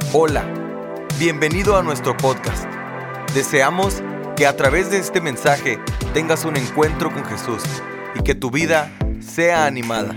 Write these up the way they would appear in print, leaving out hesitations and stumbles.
Hola, bienvenido a nuestro podcast. Deseamos que a través de este mensaje tengas un encuentro con Jesús y que tu vida sea animada.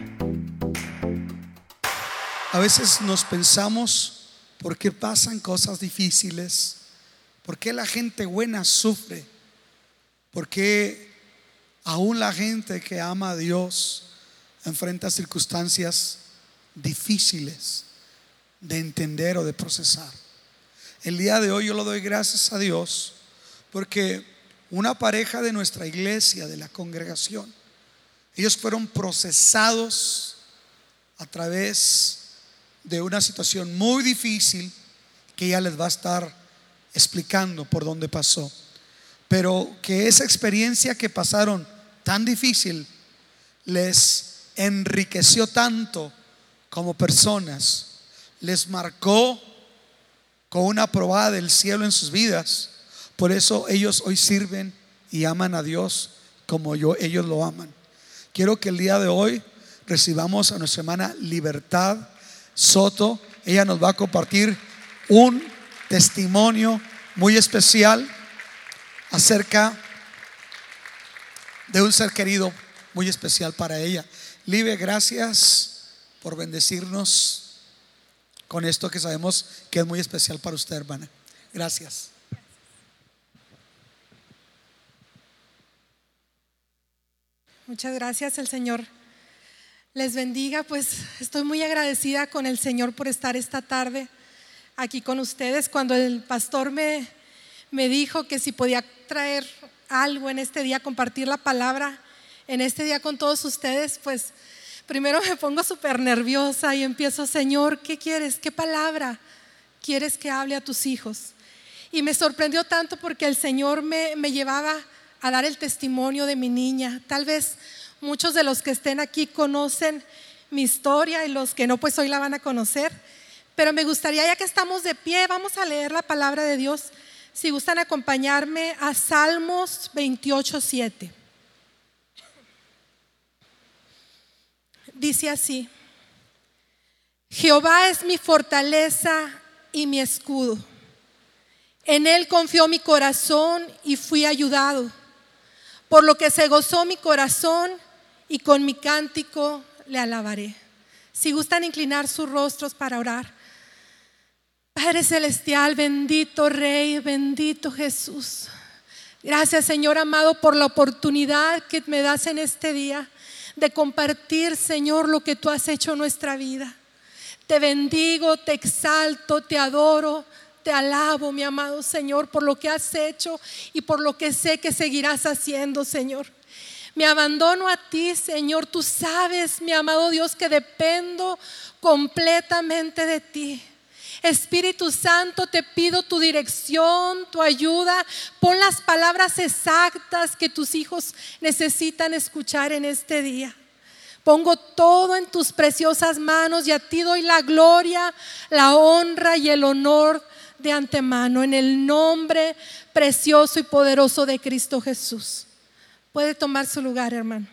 A veces nos pensamos, ¿por qué pasan cosas difíciles? ¿Por qué la gente buena sufre? ¿Por qué aún la gente que ama a Dios enfrenta circunstancias difíciles de entender o de procesar? El día de hoy yo le doy gracias a Dios porque una pareja de nuestra iglesia, de la congregación, ellos fueron procesados a través de una situación muy difícil que ella les va a estar explicando por dónde pasó, pero que esa experiencia que pasaron tan difícil les enriqueció tanto como personas, les marcó con una probada del cielo en sus vidas. Por eso ellos hoy sirven y aman a Dios como ellos lo aman. Quiero que el día de hoy recibamos a nuestra hermana Libertad Soto. Ella nos va a compartir un testimonio muy especial acerca de un ser querido muy especial para ella. Libe, gracias por bendecirnos con esto que sabemos que es muy especial para usted, hermana. Gracias. Muchas gracias, el Señor les bendiga. Pues estoy muy agradecida con el Señor por estar esta tarde aquí con ustedes. Cuando el pastor me dijo que si podía traer algo en este día, compartir la palabra en este día con todos ustedes, pues primero me pongo súper nerviosa y empiezo: Señor, ¿qué quieres? ¿Qué palabra quieres que hable a tus hijos? Y me sorprendió tanto porque el Señor me llevaba a dar el testimonio de mi niña. Tal vez muchos de los que estén aquí conocen mi historia y los que no, pues hoy la van a conocer. Pero me gustaría, ya que estamos de pie, vamos a leer la palabra de Dios. Si gustan acompañarme a Salmos 28:7. Dice así: Jehová es mi fortaleza y mi escudo. En él confió mi corazón y fui ayudado. Por lo que se gozó mi corazón y con mi cántico le alabaré. Si gustan inclinar sus rostros para orar. Padre celestial, bendito Rey, bendito Jesús. Gracias, Señor amado, por la oportunidad que me das en este día de compartir, Señor, lo que tú has hecho en nuestra vida. Te bendigo, te exalto, te adoro, te alabo, mi amado Señor, por lo que has hecho y por lo que sé que seguirás haciendo, Señor. Me abandono a ti, Señor. Tú sabes, mi amado Dios, que dependo completamente de ti. Espíritu Santo, te pido tu dirección, tu ayuda. Pon las palabras exactas que tus hijos necesitan escuchar en este día. Pongo todo en tus preciosas manos y a ti doy la gloria, la honra y el honor de antemano, en el nombre precioso y poderoso de Cristo Jesús. Puede tomar su lugar, hermano.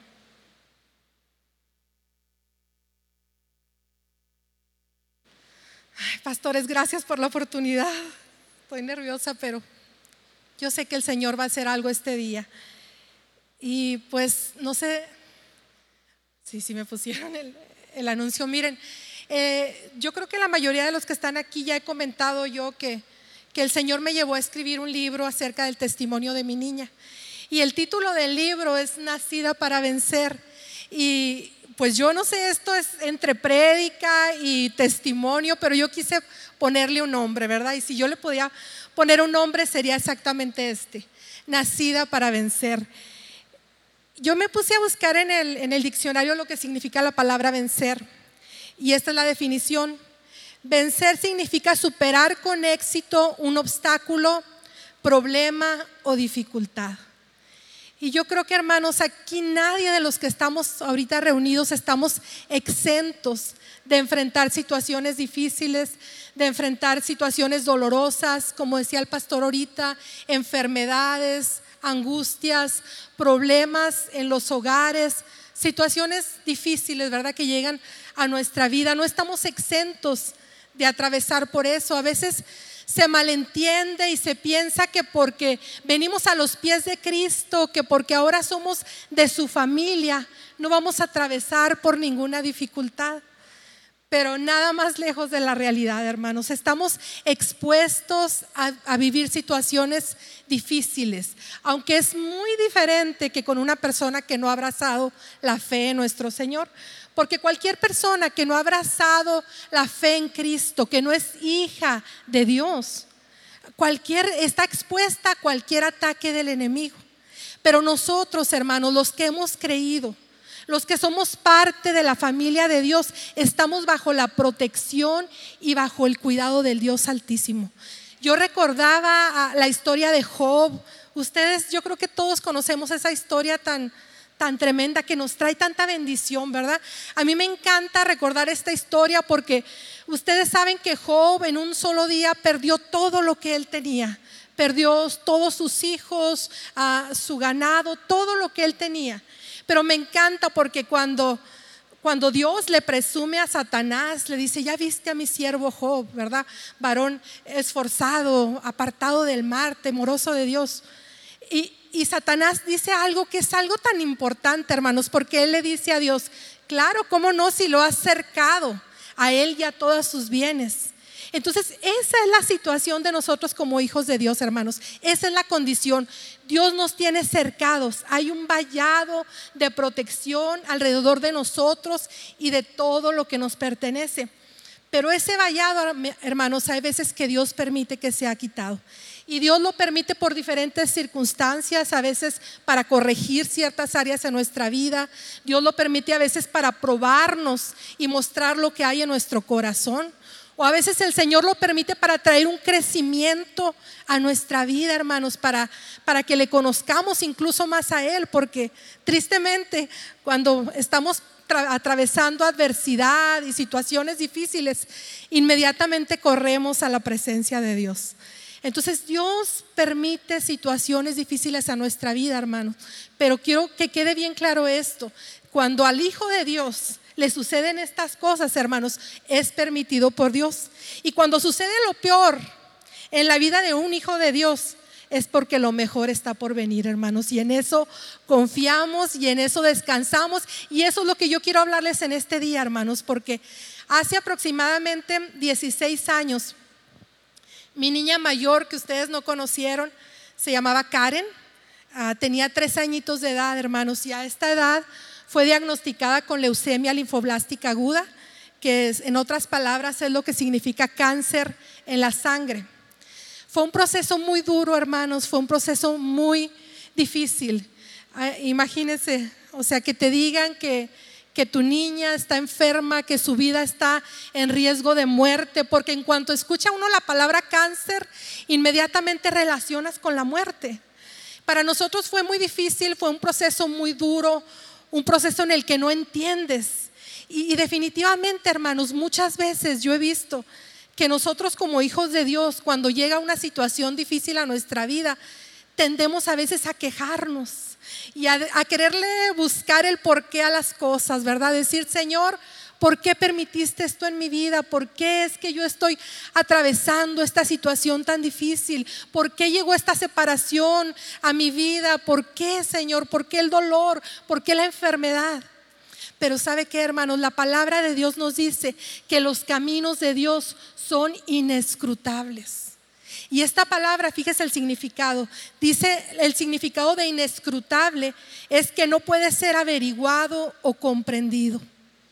Ay, pastores, gracias por la oportunidad. Estoy nerviosa, pero yo sé que el Señor va a hacer algo este día. Y pues no sé si me pusieron el anuncio. Miren, yo creo que la mayoría de los que están aquí ya he comentado yo que el Señor me llevó a escribir un libro acerca del testimonio de mi niña. Y el título del libro es Nacida para Vencer. Y pues yo no sé, esto es entre prédica y testimonio, pero yo quise ponerle un nombre, ¿verdad? Y si yo le podía poner un nombre sería exactamente este: Nacida para Vencer. Yo me puse a buscar en el diccionario lo que significa la palabra vencer. Y esta es la definición. Vencer significa superar con éxito un obstáculo, problema o dificultad. Y yo creo que, hermanos, aquí nadie de los que estamos ahorita reunidos estamos exentos de enfrentar situaciones difíciles, de enfrentar situaciones dolorosas, como decía el pastor ahorita, enfermedades, angustias, problemas en los hogares, situaciones difíciles, ¿verdad?, que llegan a nuestra vida. No estamos exentos de atravesar por eso. A veces se malentiende y se piensa que porque venimos a los pies de Cristo, que porque ahora somos de su familia, no vamos a atravesar por ninguna dificultad. Pero nada más lejos de la realidad, hermanos. Estamos expuestos a vivir situaciones difíciles, aunque es muy diferente que con una persona que no ha abrazado la fe en nuestro Señor. Porque cualquier persona que no ha abrazado la fe en Cristo, que no es hija de Dios, está expuesta a cualquier ataque del enemigo. Pero nosotros, hermanos, los que hemos creído, los que somos parte de la familia de Dios, estamos bajo la protección y bajo el cuidado del Dios Altísimo. Yo recordaba la historia de Job. Ustedes, yo creo que todos conocemos esa historia tan tremenda que nos trae tanta bendición, ¿verdad? A mí me encanta recordar esta historia porque ustedes saben que Job en un solo día perdió todo lo que él tenía. Perdió todos sus hijos, su ganado, todo lo que él tenía. Pero me encanta porque cuando Dios le presume a Satanás, le dice: ya viste a mi siervo Job, ¿verdad? Varón esforzado, apartado del mal, temoroso de Dios. Y Satanás dice algo que es algo tan importante, hermanos, porque él le dice a Dios: claro, ¿cómo no, si lo has cercado a él y a todos sus bienes? Entonces esa es la situación de nosotros como hijos de Dios, hermanos. Esa es la condición. Dios nos tiene cercados. Hay un vallado de protección alrededor de nosotros y de todo lo que nos pertenece. Pero ese vallado, hermanos, hay veces que Dios permite que sea quitado. Y Dios lo permite por diferentes circunstancias, a veces para corregir ciertas áreas en nuestra vida. Dios lo permite a veces para probarnos y mostrar lo que hay en nuestro corazón. O a veces el Señor lo permite para traer un crecimiento a nuestra vida, hermanos, para que le conozcamos incluso más a Él. Porque tristemente, cuando estamos atravesando adversidad y situaciones difíciles, inmediatamente corremos a la presencia de Dios. Entonces Dios permite situaciones difíciles a nuestra vida, hermanos. Pero quiero que quede bien claro esto: cuando al Hijo de Dios le suceden estas cosas, hermanos, es permitido por Dios. Y cuando sucede lo peor en la vida de un hijo de Dios, es porque lo mejor está por venir, hermanos. Y en eso confiamos y en eso descansamos. Y eso es lo que yo quiero hablarles en este día, hermanos, porque hace aproximadamente 16 años, mi niña mayor, que ustedes no conocieron, se llamaba Karen, tenía 3 añitos de edad, hermanos. Y a esta edad fue diagnosticada con leucemia linfoblástica aguda, que en otras palabras es lo que significa cáncer en la sangre. Fue un proceso muy duro, hermanos, fue un proceso muy difícil. Imagínense, o sea, que te digan que tu niña está enferma, que su vida está en riesgo de muerte, porque en cuanto escucha uno la palabra cáncer, inmediatamente relacionas con la muerte. Para nosotros fue muy difícil, fue un proceso muy duro, un proceso en el que no entiendes. Y definitivamente, hermanos, muchas veces yo he visto que nosotros como hijos de Dios, cuando llega una situación difícil a nuestra vida, tendemos a veces a quejarnos y a quererle buscar el porqué a las cosas, ¿verdad? Decir: Señor, ¿por qué permitiste esto en mi vida? ¿Por qué es que yo estoy atravesando esta situación tan difícil? ¿Por qué llegó esta separación a mi vida? ¿Por qué, Señor? ¿Por qué el dolor? ¿Por qué la enfermedad? Pero ¿sabe qué, hermanos? La palabra de Dios nos dice que los caminos de Dios son inescrutables. Y esta palabra, fíjese el significado. Dice, el significado de inescrutable es que no puede ser averiguado o comprendido.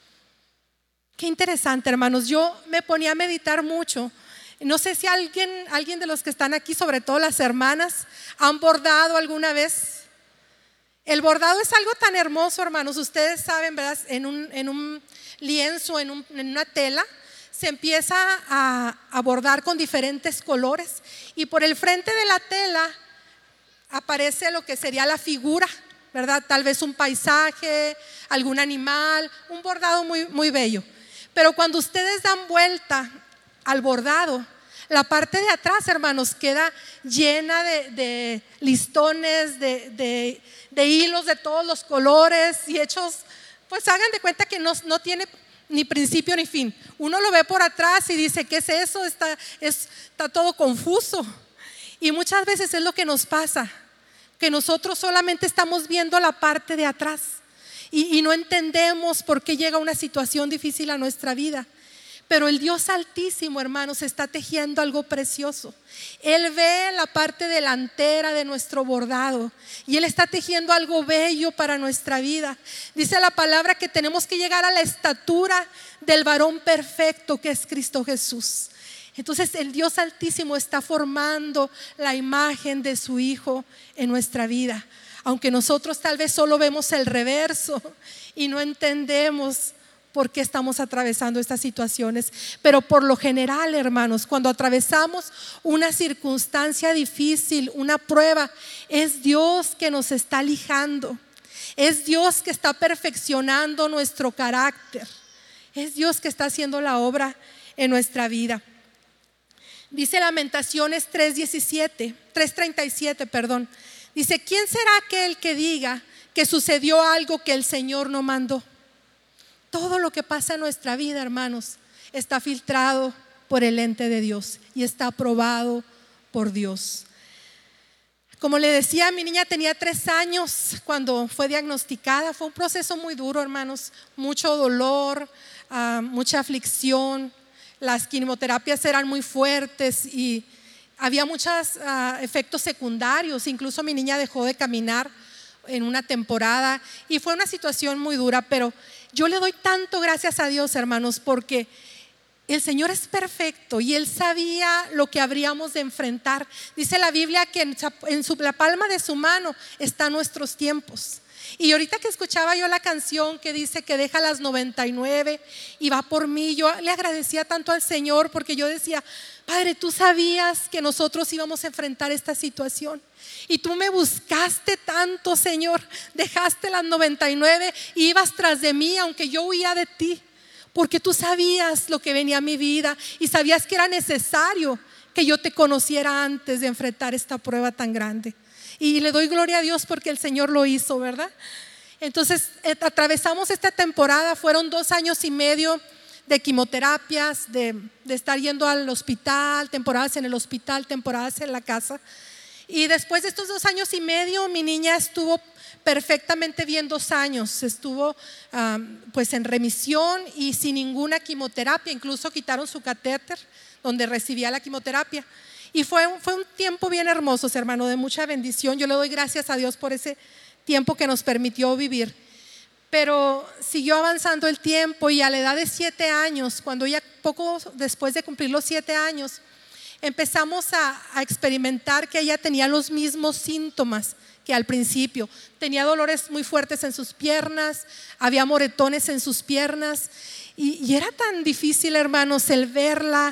Qué interesante, hermanos. Yo me ponía a meditar mucho. No sé si alguien de los que están aquí, sobre todo las hermanas, han bordado alguna vez. El bordado es algo tan hermoso, hermanos. Ustedes saben, ¿verdad? En un lienzo, en una tela, se empieza a bordar con diferentes colores. Y por el frente de la tela aparece lo que sería la figura, ¿verdad? Tal vez un paisaje, algún animal, un bordado muy, muy bello. Pero cuando ustedes dan vuelta al bordado, la parte de atrás, hermanos, queda llena de listones, de hilos de todos los colores y hechos, pues hagan de cuenta que no tiene ni principio ni fin. Uno lo ve por atrás y dice, ¿qué es eso? Está todo confuso. Y muchas veces es lo que nos pasa, que nosotros solamente estamos viendo la parte de atrás y no entendemos por qué llega una situación difícil a nuestra vida. Pero el Dios Altísimo, hermanos, está tejiendo algo precioso. Él ve la parte delantera de nuestro bordado y Él está tejiendo algo bello para nuestra vida. Dice la palabra que tenemos que llegar a la estatura del varón perfecto, que es Cristo Jesús. Entonces el Dios Altísimo está formando la imagen de su Hijo en nuestra vida. Aunque nosotros tal vez solo vemos el reverso y no entendemos por qué estamos atravesando estas situaciones. Pero por lo general, hermanos, cuando atravesamos una circunstancia difícil, una prueba, es Dios que nos está lijando. Es Dios que está perfeccionando nuestro carácter. Es Dios que está haciendo la obra en nuestra vida. Dice Lamentaciones 3:37, dice: ¿quién será aquel que diga que sucedió algo que el Señor no mandó? Todo lo que pasa en nuestra vida, hermanos, está filtrado por el ente de Dios y está aprobado por Dios. Como le decía, mi niña tenía 3 años cuando fue diagnosticada. Fue un proceso muy duro, hermanos, mucho dolor, mucha aflicción. Las quimioterapias eran muy fuertes y había muchos efectos secundarios. Incluso mi niña dejó de caminar en una temporada y fue una situación muy dura, pero yo le doy tanto gracias a Dios, hermanos, porque el Señor es perfecto y Él sabía lo que habríamos de enfrentar. Dice la Biblia que en la palma de su mano están nuestros tiempos. Y ahorita que escuchaba yo la canción que dice que deja las 99 y va por mí, yo le agradecía tanto al Señor, porque yo decía: Padre, tú sabías que nosotros íbamos a enfrentar esta situación y tú me buscaste tanto, Señor. Dejaste las 99 y ibas tras de mí aunque yo huía de ti, porque tú sabías lo que venía a mi vida y sabías que era necesario que yo te conociera antes de enfrentar esta prueba tan grande. Y le doy gloria a Dios porque el Señor lo hizo, ¿verdad? Entonces atravesamos esta temporada. Fueron 2 años y medio de quimioterapias, de estar yendo al hospital, temporadas en el hospital, temporadas en la casa. Y después de estos 2 años y medio, mi niña estuvo perfectamente bien 2 años. Estuvo pues en remisión y sin ninguna quimioterapia. Incluso quitaron su catéter donde recibía la quimioterapia. Y fue un tiempo bien hermoso, hermano, de mucha bendición. Yo le doy gracias a Dios por ese tiempo que nos permitió vivir. Pero siguió avanzando el tiempo y a la edad de 7 años, cuando ella, poco después de cumplir los 7 años, empezamos a experimentar que ella tenía los mismos síntomas que al principio. Tenía dolores muy fuertes en sus piernas, había moretones en sus piernas y era tan difícil, hermanos, el verla,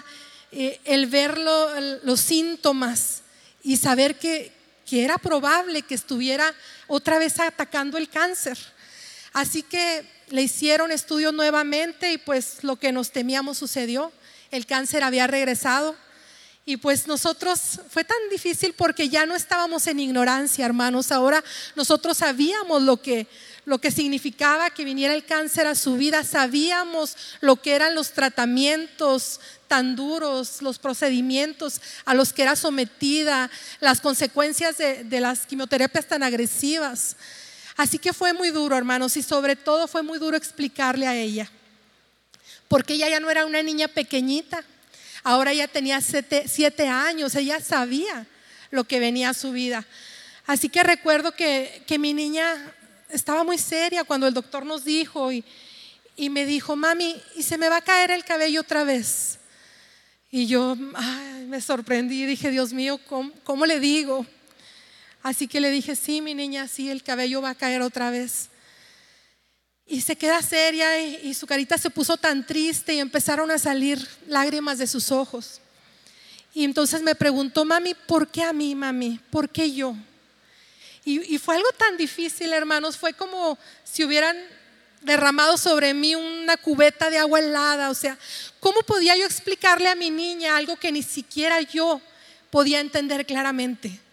los síntomas y saber que era probable que estuviera otra vez atacando el cáncer. Así que le hicieron estudios nuevamente y pues lo que nos temíamos sucedió. El cáncer había regresado y pues nosotros fue tan difícil porque ya no estábamos en ignorancia, hermanos. Ahora nosotros sabíamos lo que significaba que viniera el cáncer a su vida. Sabíamos lo que eran los tratamientos tan duros, los procedimientos a los que era sometida, las consecuencias de las quimioterapias tan agresivas. Así que fue muy duro, hermanos, y sobre todo fue muy duro explicarle a ella, porque ella ya no era una niña pequeñita. Ahora ella tenía 7 años, ella sabía lo que venía a su vida. Así que recuerdo que mi niña estaba muy seria cuando el doctor nos dijo y me dijo: mami, ¿y se me va a caer el cabello otra vez? Y yo me sorprendí y dije: Dios mío, ¿cómo le digo? Así que le dije: sí, mi niña, sí, el cabello va a caer otra vez. Y se queda seria y su carita se puso tan triste y empezaron a salir lágrimas de sus ojos. Y entonces me preguntó: mami, ¿por qué a mí, mami? ¿Por qué yo? Y fue algo tan difícil, hermanos. Fue como si hubieran derramado sobre mí una cubeta de agua helada. O sea, ¿cómo podía yo explicarle a mi niña algo que ni siquiera yo podía entender claramente?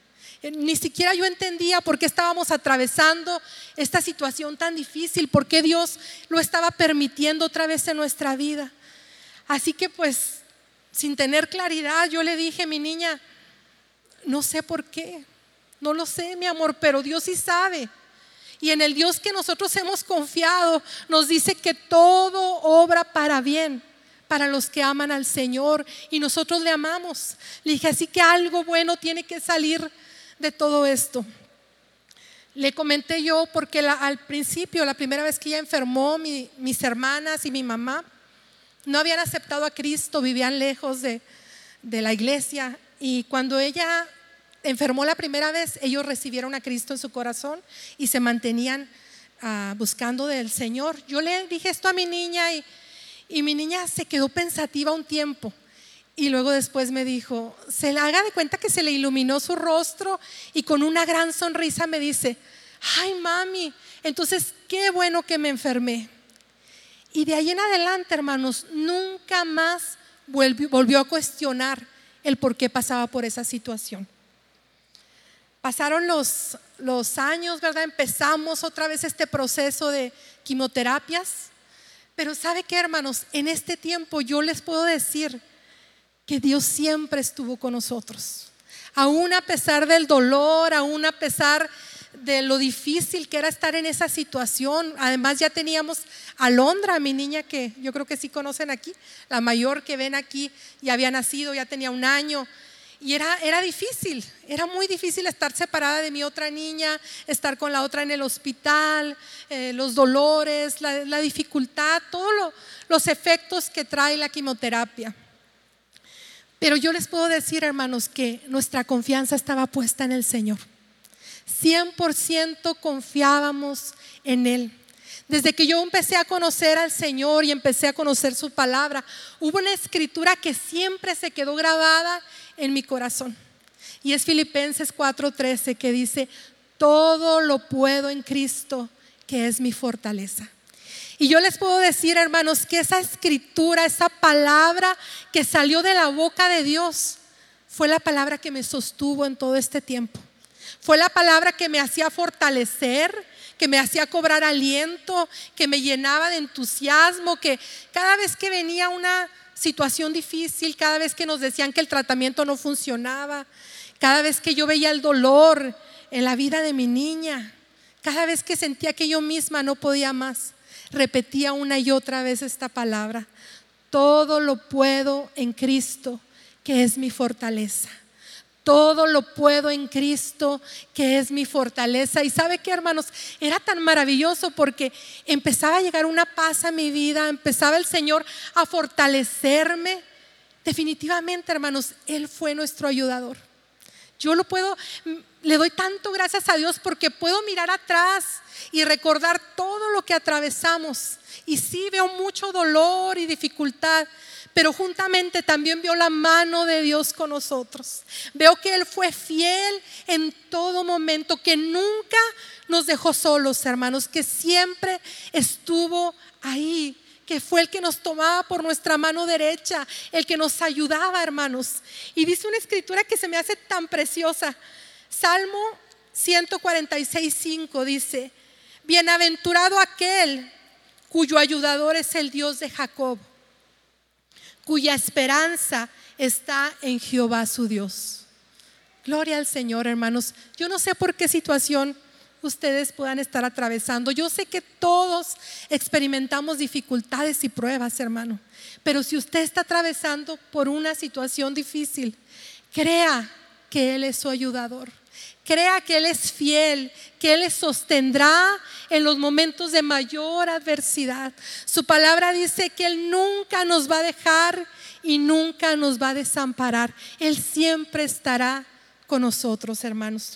Ni siquiera yo entendía por qué estábamos atravesando esta situación tan difícil, por qué Dios lo estaba permitiendo otra vez en nuestra vida. Así que pues, sin tener claridad, yo le dije: mi niña, no sé por qué, no lo sé, mi amor, pero Dios sí sabe. Y en el Dios que nosotros hemos confiado, nos dice que todo obra para bien para los que aman al Señor, y nosotros le amamos. Le dije: así que algo bueno tiene que salir de todo esto. Le comenté yo porque al principio, la primera vez que ella enfermó, mis hermanas y mi mamá no habían aceptado a Cristo, vivían lejos de la iglesia, y cuando ella enfermó la primera vez, ellos recibieron a Cristo en su corazón y se mantenían buscando del Señor. Yo le dije esto a mi niña y mi niña se quedó pensativa un tiempo, y luego después me dijo, se le haga de cuenta que se le iluminó su rostro, y con una gran sonrisa me dice: ay, mami, entonces qué bueno que me enfermé. Y de ahí en adelante, hermanos, nunca más volvió a cuestionar el por qué pasaba por esa situación. Pasaron los años, ¿verdad? Empezamos otra vez este proceso de quimioterapias. Pero ¿sabe qué, hermanos? En este tiempo yo les puedo decir que Dios siempre estuvo con nosotros. Aún a pesar del dolor, aún a pesar de lo difícil que era estar en esa situación. Además ya teníamos a Londra, mi niña, que yo creo que sí conocen aquí, la mayor que ven aquí, ya había nacido, ya tenía 1 año. Y era difícil, era muy difícil estar separada de mi otra niña, estar con la otra en el hospital, los dolores, la dificultad, todos los efectos que trae la quimioterapia. Pero yo les puedo decir, hermanos, que nuestra confianza estaba puesta en el Señor. 100% confiábamos en Él. Desde que yo empecé a conocer al Señor y empecé a conocer su palabra, hubo una escritura que siempre se quedó grabada en mi corazón, y es Filipenses 4:13, que dice: todo lo puedo en Cristo, que es mi fortaleza. Y yo les puedo decir, hermanos, que esa escritura, esa palabra que salió de la boca de Dios, fue la palabra que me sostuvo en todo este tiempo. Fue la palabra que me hacía fortalecer, que me hacía cobrar aliento, que me llenaba de entusiasmo, que cada vez que venía una situación difícil, cada vez que nos decían que el tratamiento no funcionaba, cada vez que yo veía el dolor en la vida de mi niña, cada vez que sentía que yo misma no podía más, repetía una y otra vez esta palabra: todo lo puedo en Cristo, que es mi fortaleza. Todo lo puedo en Cristo, que es mi fortaleza. Y ¿sabe qué, hermanos? Era tan maravilloso porque empezaba a llegar una paz a mi vida, empezaba el Señor a fortalecerme. Definitivamente, hermanos, Él fue nuestro ayudador. Yo le doy tanto gracias a Dios porque puedo mirar atrás y recordar todo lo que atravesamos. Y sí, veo mucho dolor y dificultad, pero juntamente también veo la mano de Dios con nosotros. Veo que Él fue fiel en todo momento, que nunca nos dejó solos, hermanos, que siempre estuvo ahí, que fue el que nos tomaba por nuestra mano derecha, el que nos ayudaba, hermanos. Y dice una escritura que se me hace tan preciosa. Salmo 146:5 dice: bienaventurado aquel cuyo ayudador es el Dios de Jacob, cuya esperanza está en Jehová su Dios. Gloria al Señor, hermanos. Yo no sé por qué situación ustedes puedan estar atravesando. Yo sé que todos experimentamos dificultades y pruebas, hermano. Pero si usted está atravesando por una situación difícil, crea que Él es su ayudador. Crea que Él es fiel, que Él les sostendrá en los momentos de mayor adversidad. Su palabra dice que Él nunca nos va a dejar y nunca nos va a desamparar. Él siempre estará con nosotros, hermanos.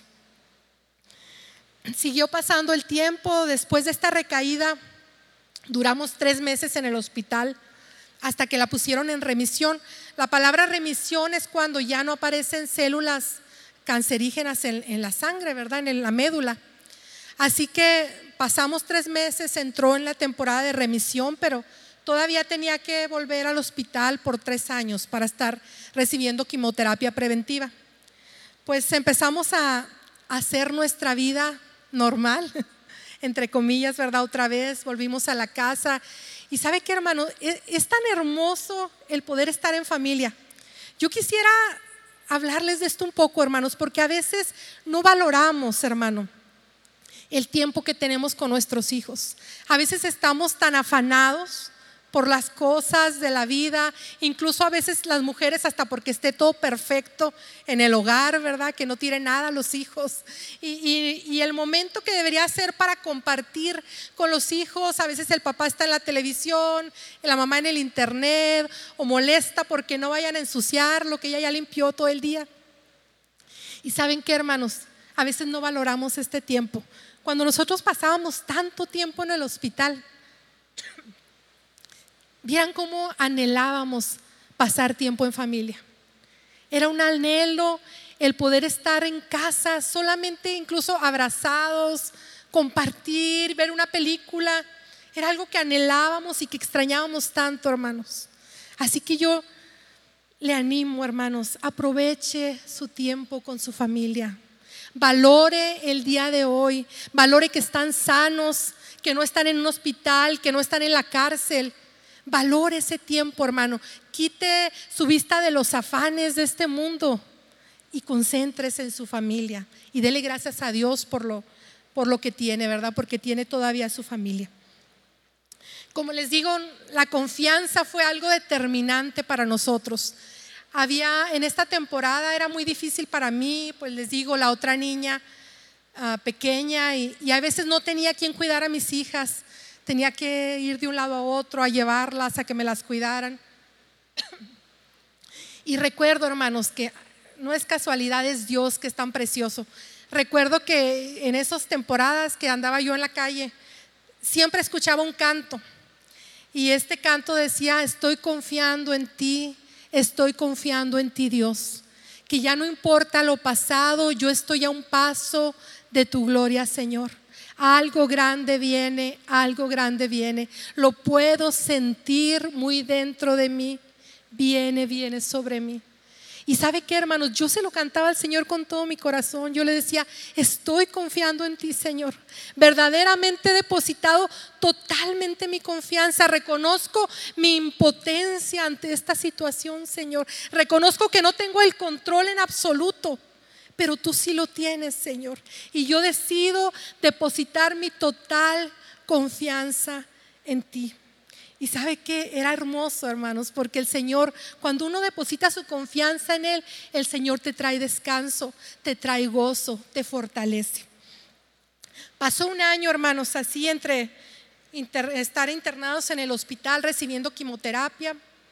Siguió pasando el tiempo. Después de esta recaída, duramos 3 meses en el hospital hasta que la pusieron en remisión. La palabra remisión es cuando ya no aparecen células cancerígenas en la sangre, ¿verdad? En la médula. Así que pasamos 3 meses, entró en la temporada de remisión, pero todavía tenía que volver al hospital por 3 años para estar recibiendo quimioterapia preventiva. Pues empezamos a hacer nuestra vida normal, entre comillas, ¿verdad? Otra vez volvimos a la casa. Y ¿sabe qué, hermano? Es tan hermoso el poder estar en familia. Yo quisiera hablarles de esto un poco, hermanos, porque a veces no valoramos, hermano, el tiempo que tenemos con nuestros hijos. A veces estamos tan afanados por las cosas de la vida, incluso a veces las mujeres hasta porque esté todo perfecto en el hogar, ¿verdad? Que no tire nada a los hijos. Y el momento que debería ser para compartir con los hijos, a veces el papá está en la televisión, la mamá en el internet, o molesta porque no vayan a ensuciar lo que ella ya limpió todo el día. Y ¿saben qué, hermanos? A veces no valoramos este tiempo. Cuando nosotros pasábamos tanto tiempo en el hospital, vieran cómo anhelábamos pasar tiempo en familia. Era un anhelo el poder estar en casa, solamente incluso abrazados, compartir, ver una película. Era algo que anhelábamos y que extrañábamos tanto, hermanos. Así que yo le animo, hermanos, aproveche su tiempo con su familia. Valore el día de hoy, valore que están sanos, que no están en un hospital, que no están en la cárcel. Valore ese tiempo, hermano. Quite su vista de los afanes de este mundo y concéntrese en su familia y dele gracias a Dios por lo que tiene, ¿verdad? Porque tiene todavía su familia. Como les digo, la confianza fue algo determinante para nosotros. En esta temporada era muy difícil para mí, pues les digo, la otra niña pequeña y a veces no tenía quien cuidar a mis hijas. Tenía que ir de un lado a otro a llevarlas, a que me las cuidaran. Y recuerdo, hermanos, que no es casualidad, es Dios que es tan precioso. Recuerdo que en esas temporadas que andaba yo en la calle, siempre escuchaba un canto. Y este canto decía: estoy confiando en ti, Dios. Que ya no importa lo pasado, yo estoy a un paso de tu gloria, Señor. Algo grande viene, lo puedo sentir muy dentro de mí, viene sobre mí. Y ¿sabe qué, hermanos? Yo se lo cantaba al Señor con todo mi corazón. Yo le decía: estoy confiando en ti, Señor. Verdaderamente he depositado totalmente mi confianza. Reconozco mi impotencia ante esta situación, Señor. Reconozco que no tengo el control en absoluto, pero tú sí lo tienes, Señor. Y yo decido depositar mi total confianza en ti. Y ¿sabe qué? Era hermoso, hermanos, porque el Señor, cuando uno deposita su confianza en Él, el Señor te trae descanso, te trae gozo, te fortalece. Pasó un año, hermanos, así entre estar internados en el hospital recibiendo quimioterapia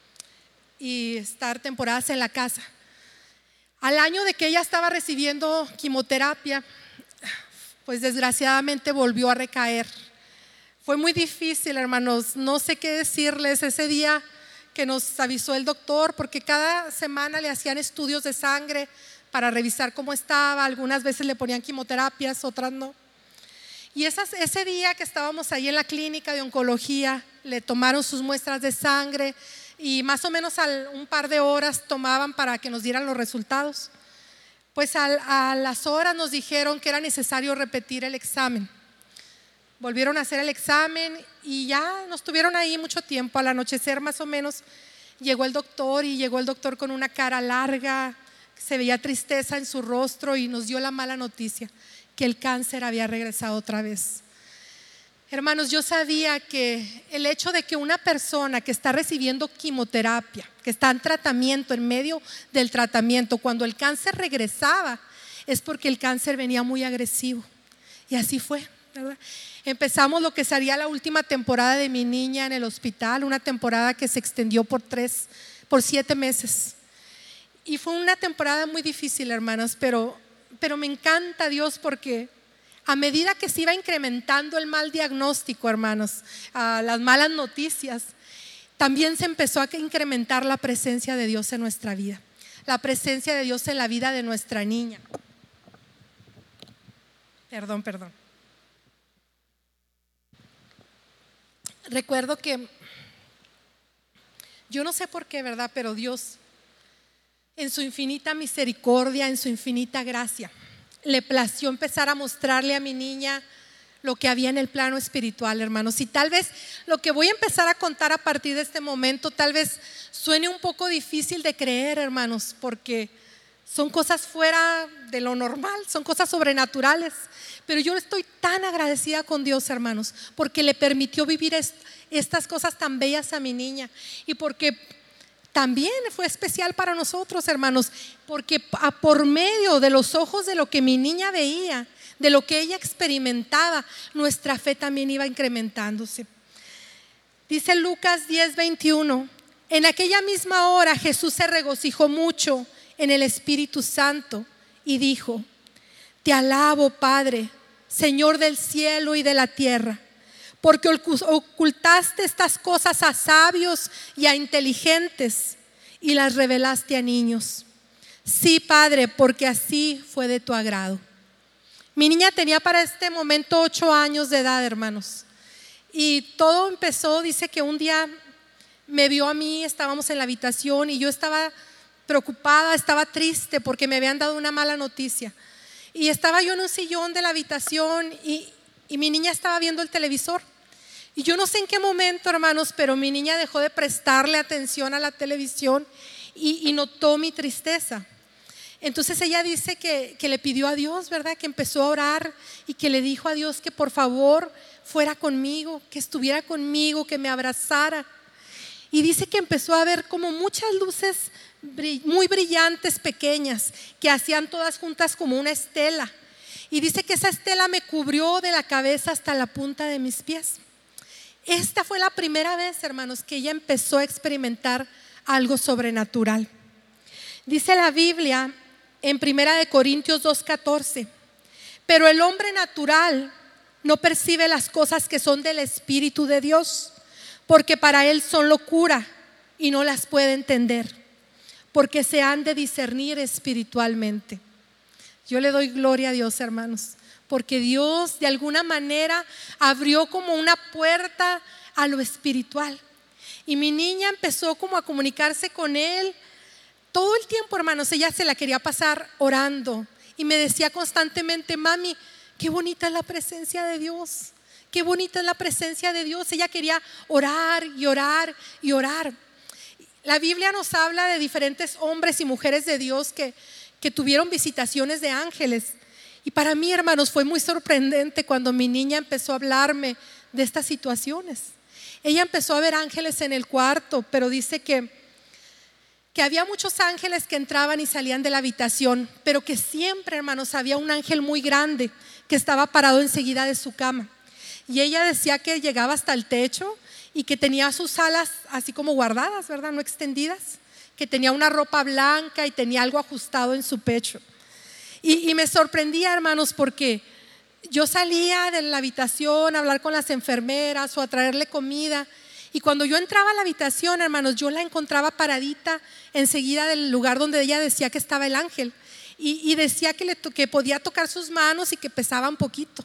y estar temporadas en la casa. Al año de que ella estaba recibiendo quimioterapia, pues desgraciadamente volvió a recaer. Fue muy difícil, hermanos, no sé qué decirles ese día que nos avisó el doctor, porque cada semana le hacían estudios de sangre para revisar cómo estaba. Algunas veces le ponían quimioterapias, otras no. Y ese día que estábamos ahí en la clínica de oncología, le tomaron sus muestras de sangre y más o menos un par de horas tomaban para que nos dieran los resultados. Pues a las horas nos dijeron que era necesario repetir el examen. Volvieron a hacer el examen y ya nos tuvieron ahí mucho tiempo. Al anochecer más o menos llegó el doctor con una cara larga, se veía tristeza en su rostro y nos dio la mala noticia que el cáncer había regresado otra vez. Hermanos, yo sabía que el hecho de que una persona que está recibiendo quimioterapia, que está en tratamiento, en medio del tratamiento, cuando el cáncer regresaba, es porque el cáncer venía muy agresivo. Y así fue, ¿verdad? Empezamos lo que sería la última temporada de mi niña en el hospital, una temporada que se extendió por 7 meses. Y fue una temporada muy difícil, hermanas, pero me encanta Dios, porque a medida que se iba incrementando el mal diagnóstico, hermanos, las malas noticias, también se empezó a incrementar la presencia de Dios en nuestra vida, la presencia de Dios en la vida de nuestra niña. Perdón. Recuerdo que yo no sé por qué, ¿verdad? Pero Dios, en su infinita misericordia, en su infinita gracia, le plació empezar a mostrarle a mi niña lo que había en el plano espiritual, hermanos. Y tal vez lo que voy a empezar a contar a partir de este momento tal vez suene un poco difícil de creer, hermanos, porque son cosas fuera de lo normal, son cosas sobrenaturales. Pero yo estoy tan agradecida con Dios, hermanos, porque le permitió vivir estas cosas tan bellas a mi niña, y porque también fue especial para nosotros, hermanos, porque por medio de los ojos de lo que mi niña veía, de lo que ella experimentaba, nuestra fe también iba incrementándose. Dice Lucas 10:21: en aquella misma hora Jesús se regocijó mucho en el Espíritu Santo y dijo: te alabo, Padre, Señor del cielo y de la tierra, porque ocultaste estas cosas a sabios y a inteligentes y las revelaste a niños. Sí, Padre, porque así fue de tu agrado. Mi niña tenía para este momento 8 años de edad, hermanos. Y todo empezó, dice que un día me vio a mí, estábamos en la habitación y yo estaba preocupada, estaba triste porque me habían dado una mala noticia. Y estaba yo en un sillón de la habitación y mi niña estaba viendo el televisor. Y yo no sé en qué momento, hermanos, pero mi niña dejó de prestarle atención a la televisión y notó mi tristeza. Entonces ella dice que le pidió a Dios, ¿verdad? Que empezó a orar y que le dijo a Dios que por favor fuera conmigo, que estuviera conmigo, que me abrazara. Y dice que empezó a ver como muchas luces muy brillantes, pequeñas, que hacían todas juntas como una estela. Y dice que esa estela me cubrió de la cabeza hasta la punta de mis pies. Esta fue la primera vez, hermanos, que ella empezó a experimentar algo sobrenatural. Dice la Biblia en 1 Corintios 2:14: pero el hombre natural no percibe las cosas que son del Espíritu de Dios, porque para él son locura y no las puede entender, porque se han de discernir espiritualmente. Yo le doy gloria a Dios, hermanos, porque Dios de alguna manera abrió como una puerta a lo espiritual. Y mi niña empezó como a comunicarse con Él todo el tiempo, hermanos. Ella se la quería pasar orando y me decía constantemente: mami, qué bonita es la presencia de Dios, qué bonita es la presencia de Dios. Ella quería orar y orar y orar. La Biblia nos habla de diferentes hombres y mujeres de Dios que tuvieron visitaciones de ángeles. Y para mí, hermanos, fue muy sorprendente cuando mi niña empezó a hablarme de estas situaciones. Ella empezó a ver ángeles en el cuarto, pero dice que había muchos ángeles que entraban y salían de la habitación, pero que siempre, hermanos, había un ángel muy grande que estaba parado enseguida de su cama. Y ella decía que llegaba hasta el techo y que tenía sus alas así como guardadas, ¿verdad? No extendidas, que tenía una ropa blanca y tenía algo ajustado en su pecho. Y me sorprendía, hermanos, porque yo salía de la habitación a hablar con las enfermeras o a traerle comida, y cuando yo entraba a la habitación, hermanos, yo la encontraba paradita enseguida del lugar donde ella decía que estaba el ángel, y decía que podía tocar sus manos y que pesaba un poquito.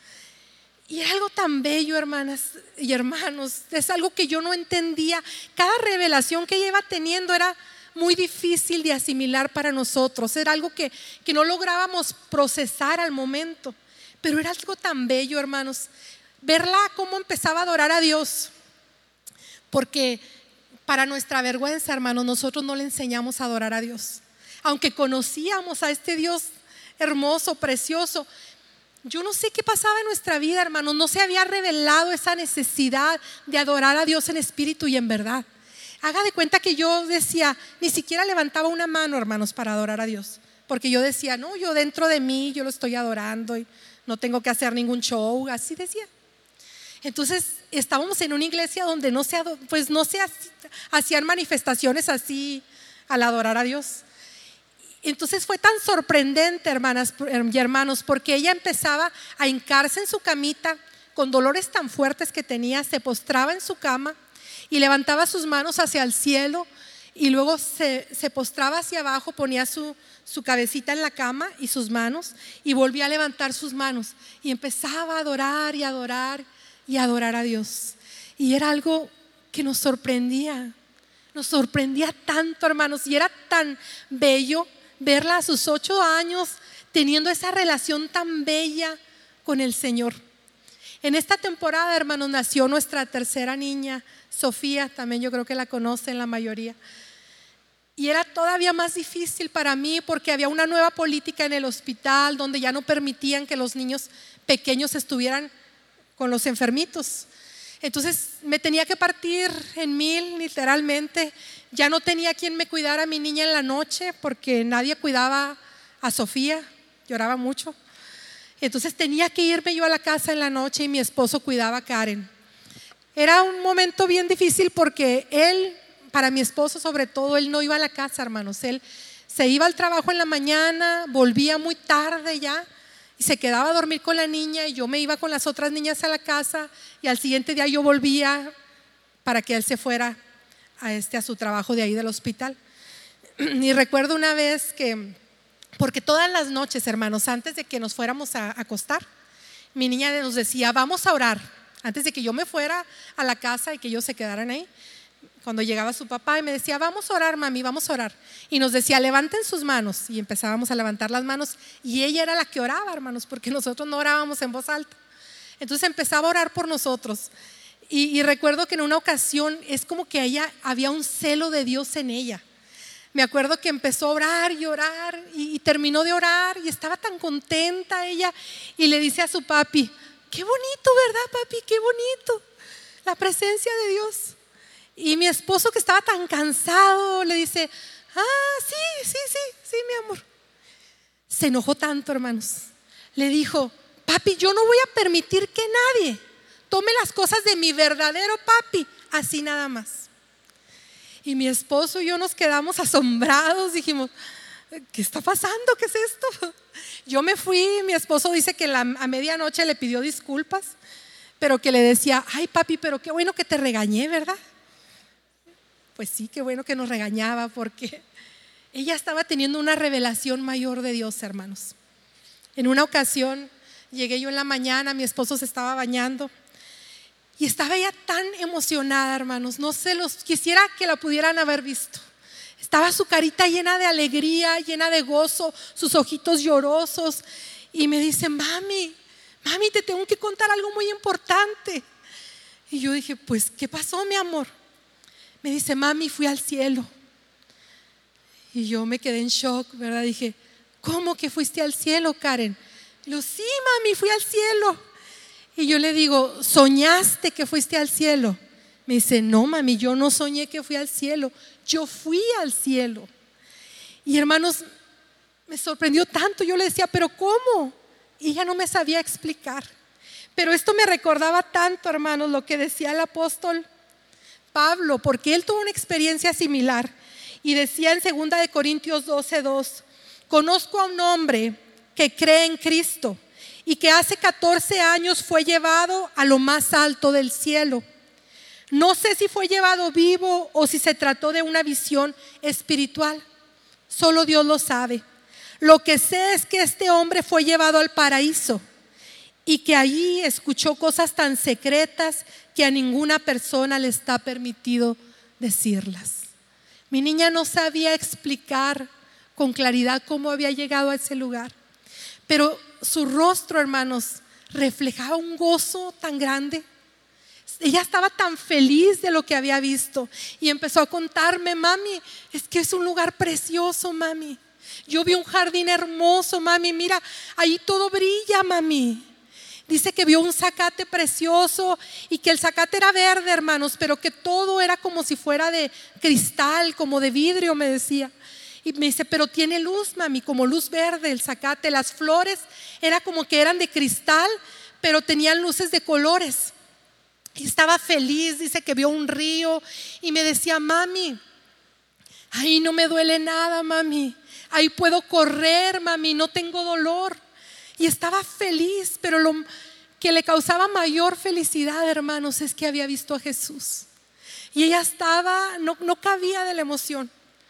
Y era algo tan bello, hermanas y hermanos. Es algo que yo no entendía. Cada revelación que ella iba teniendo era muy difícil de asimilar para nosotros. Era algo que no lográbamos procesar al momento. Pero era algo tan bello, hermanos, verla cómo empezaba a adorar a Dios. Porque para nuestra vergüenza, hermanos, nosotros no le enseñamos a adorar a Dios. Aunque conocíamos a este Dios hermoso, precioso, yo no sé qué pasaba en nuestra vida, hermanos. No se había revelado esa necesidad de adorar a Dios en espíritu y en verdad. Haga de cuenta que yo decía, ni siquiera levantaba una mano, hermanos, para adorar a Dios, porque yo decía, no, yo dentro de mí, yo lo estoy adorando y no tengo que hacer ningún show, así decía. Entonces estábamos en una iglesia donde no se hacían manifestaciones así al adorar a Dios. Entonces fue tan sorprendente, hermanas y hermanos, porque ella empezaba a hincarse en su camita con dolores tan fuertes que tenía. Se postraba en su cama y levantaba sus manos hacia el cielo, y luego se postraba hacia abajo, ponía su cabecita en la cama y sus manos, y volvía a levantar sus manos y empezaba a adorar y adorar y adorar a Dios. Y era algo que nos sorprendía tanto, hermanos, y era tan bello verla a sus 8 años teniendo esa relación tan bella con el Señor. En esta temporada, hermanos, nació nuestra tercera niña, Sofía, también yo creo que la conocen la mayoría. Y era todavía más difícil para mí porque había una nueva política en el hospital donde ya no permitían que los niños pequeños estuvieran con los enfermitos. Entonces me tenía que partir en mil, literalmente. Ya no tenía quien me cuidara a mi niña en la noche porque nadie cuidaba a Sofía, lloraba mucho. Entonces tenía que irme yo a la casa en la noche y mi esposo cuidaba a Karen. Era un momento bien difícil porque él, para mi esposo sobre todo, él no iba a la casa, hermanos. Él se iba al trabajo en la mañana, volvía muy tarde ya y se quedaba a dormir con la niña, y yo me iba con las otras niñas a la casa, y al siguiente día yo volvía para que él se fuera a su trabajo de ahí del hospital. Y recuerdo una vez que, porque todas las noches, hermanos, antes de que nos fuéramos a acostar, mi niña nos decía: vamos a orar, antes de que yo me fuera a la casa y que ellos se quedaran ahí. Cuando llegaba su papá y me decía: vamos a orar, mami, vamos a orar. Y nos decía: levanten sus manos. Y empezábamos a levantar las manos. Y ella era la que oraba, hermanos, porque nosotros no orábamos en voz alta. Entonces empezaba a orar por nosotros. Y recuerdo que en una ocasión es como que ella había un celo de Dios en ella. Me acuerdo que empezó a orar y orar y terminó de orar y estaba tan contenta ella. Y le dice a su papi: qué bonito, ¿verdad, papi? Qué bonito la presencia de Dios. Y mi esposo, que estaba tan cansado, le dice: sí, mi amor. Se enojó tanto, hermanos. Le dijo: papi, yo no voy a permitir que nadie tome las cosas de mi verdadero papi, así nada más. Y mi esposo y yo nos quedamos asombrados, dijimos: ¿qué está pasando? ¿Qué es esto? Yo me fui, mi esposo dice que a medianoche le pidió disculpas, pero que le decía: ay, papi, pero qué bueno que te regañé, ¿verdad? Pues sí, qué bueno que nos regañaba, porque ella estaba teniendo una revelación mayor de Dios, hermanos. En una ocasión llegué yo en la mañana, mi esposo se estaba bañando y estaba ella tan emocionada, hermanos. No sé, quisiera que la pudieran haber visto. Estaba su carita llena de alegría, llena de gozo, sus ojitos llorosos, y me dice: mami, te tengo que contar algo muy importante. Y yo dije: pues, ¿qué pasó, mi amor? Me dice: mami, fui al cielo. Y yo me quedé en shock, ¿verdad? Dije: ¿cómo que fuiste al cielo, Karen? Y yo: sí, mami, fui al cielo. Y yo le digo: ¿soñaste que fuiste al cielo? Me dice: no, mami, yo no soñé que fui al cielo, yo fui al cielo. Y hermanos, me sorprendió tanto. Yo le decía: ¿pero cómo? Y ella no me sabía explicar. Pero esto me recordaba tanto, hermanos, lo que decía el apóstol Pablo, porque él tuvo una experiencia similar. Y decía en 2 de Corintios 12:2: conozco a un hombre que cree en Cristo y que hace 14 años fue llevado a lo más alto del cielo. No sé si fue llevado vivo o si se trató de una visión espiritual. Solo Dios lo sabe. Lo que sé es que este hombre fue llevado al paraíso y que allí escuchó cosas tan secretas que a ninguna persona le está permitido decirlas. Mi niña no sabía explicar con claridad cómo había llegado a ese lugar, pero su rostro, hermanos, reflejaba un gozo tan grande. Ella estaba tan feliz de lo que había visto y empezó a contarme: mami, es que es un lugar precioso, mami. Yo vi un jardín hermoso, mami, mira, ahí todo brilla, mami. Dice que vio un zacate precioso y que el zacate era verde, hermanos, pero que todo era como si fuera de cristal, como de vidrio, me decía. Y me dice: pero tiene luz, mami, como luz verde el zacate. Las flores era como que eran de cristal, pero tenían luces de colores. Y estaba feliz. Dice que vio un río y me decía: mami, ahí no me duele nada, mami, ahí puedo correr, mami, no tengo dolor. Y estaba feliz, pero lo que le causaba mayor felicidad, hermanos, es que había visto a Jesús. Y ella no cabía de la emoción.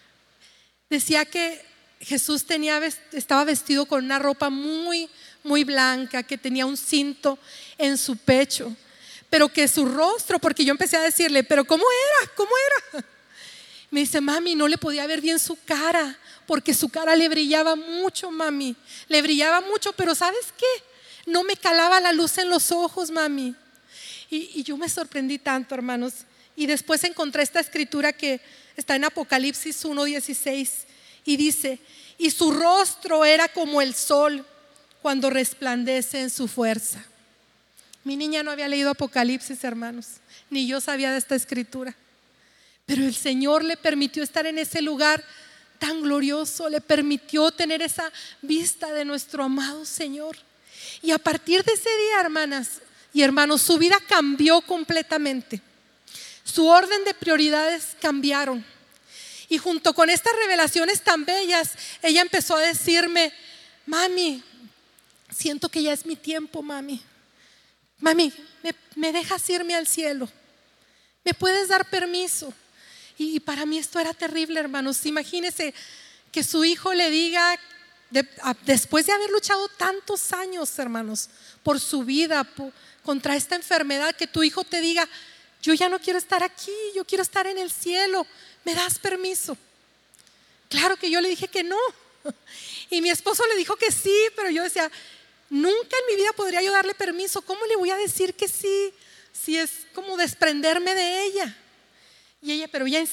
Decía que Jesús estaba vestido con una ropa muy, muy blanca, que tenía un cinto en su pecho, pero que su rostro, porque yo empecé a decirle: pero ¿cómo era? Me dice: mami, no le podía ver bien su cara, porque su cara le brillaba mucho, mami. Le brillaba mucho, pero ¿sabes qué? No me calaba la luz en los ojos, mami. Y yo me sorprendí tanto, hermanos. Y después encontré esta escritura que está en Apocalipsis 1:16 y dice: y su rostro era como el sol cuando resplandece en su fuerza. Mi niña no había leído Apocalipsis, hermanos, ni yo sabía de esta escritura. Pero el Señor le permitió estar en ese lugar tan glorioso, le permitió tener esa vista de nuestro amado Señor. Y a partir de ese día, hermanas y hermanos, su vida cambió completamente. Su orden de prioridades cambiaron. Y junto con estas revelaciones tan bellas, ella empezó a decirme: mami, siento que ya es mi tiempo, mami. Mami, ¿me dejas irme al cielo? ¿Me puedes dar permiso? Y para mí esto era terrible, hermanos. Imagínense que su hijo le diga, después de haber luchado tantos años, hermanos, por su vida, contra esta enfermedad, que tu hijo te diga: yo ya no quiero estar aquí, yo quiero estar en el cielo, ¿me das permiso? Claro que yo le dije que no. Y mi esposo le dijo que sí, pero yo decía: nunca en mi vida podría yo darle permiso. ¿Cómo le voy a decir que sí? Si es como desprenderme de ella. Pero ella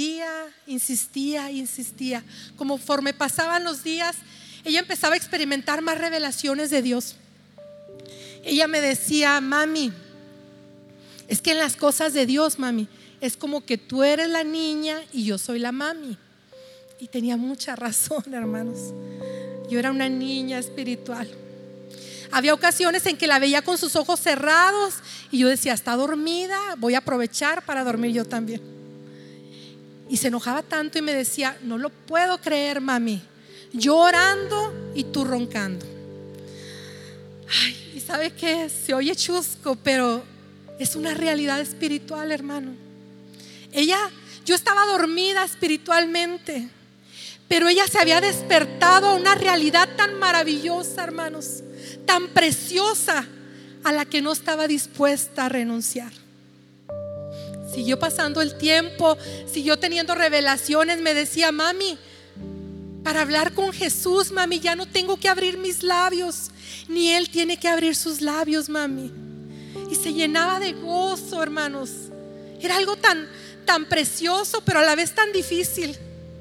insistía. Conforme pasaban los días, ella empezaba a experimentar más revelaciones de Dios. Ella me decía: mami, es que en las cosas de Dios, mami, es como que tú eres la niña y yo soy la mami. Y tenía mucha razón, hermanos. Yo era una niña espiritual. Había ocasiones en que la veía con sus ojos cerrados y yo decía: está dormida, voy a aprovechar para dormir yo también. Y se enojaba tanto y me decía: no lo puedo creer, mami, yo orando y tú roncando. Ay, y sabe que se oye chusco, pero es una realidad espiritual, hermano. Yo estaba dormida espiritualmente, pero ella se había despertado a una realidad tan maravillosa, hermanos, tan preciosa, a la que no estaba dispuesta a renunciar. Siguió pasando el tiempo, siguió teniendo revelaciones. Me decía: mami, para hablar con Jesús, mami, ya no tengo que abrir mis labios, ni Él tiene que abrir sus labios, mami. Y se llenaba de gozo, hermanos. Era algo tan precioso, pero a la vez tan difícil.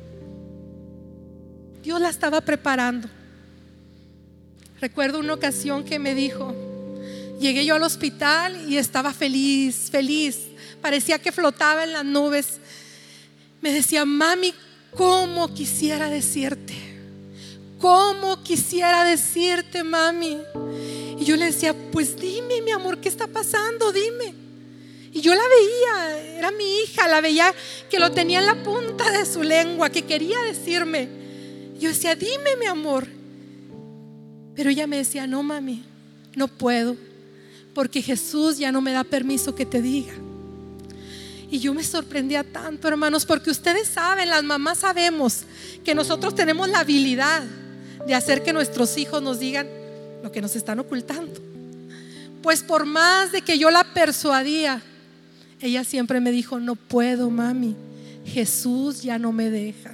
Dios la estaba preparando. Recuerdo una ocasión que me dijo: llegué yo al hospital y estaba feliz, parecía que flotaba en las nubes. Me decía: mami, ¿cómo quisiera decirte? Mami? Y yo le decía: pues dime, mi amor, ¿qué está pasando? Dime. Y yo la veía, era mi hija, la veía que lo tenía en la punta de su lengua, que quería decirme. Yo decía: dime, mi amor. Pero ella me decía: no, mami, no puedo, porque Jesús ya no me da permiso que te diga. Y yo me sorprendía tanto, hermanos, porque ustedes saben, las mamás sabemos que nosotros tenemos la habilidad de hacer que nuestros hijos nos digan lo que nos están ocultando. Pues por más de que yo la persuadía, ella siempre me dijo: no puedo, mami, Jesús ya no me deja.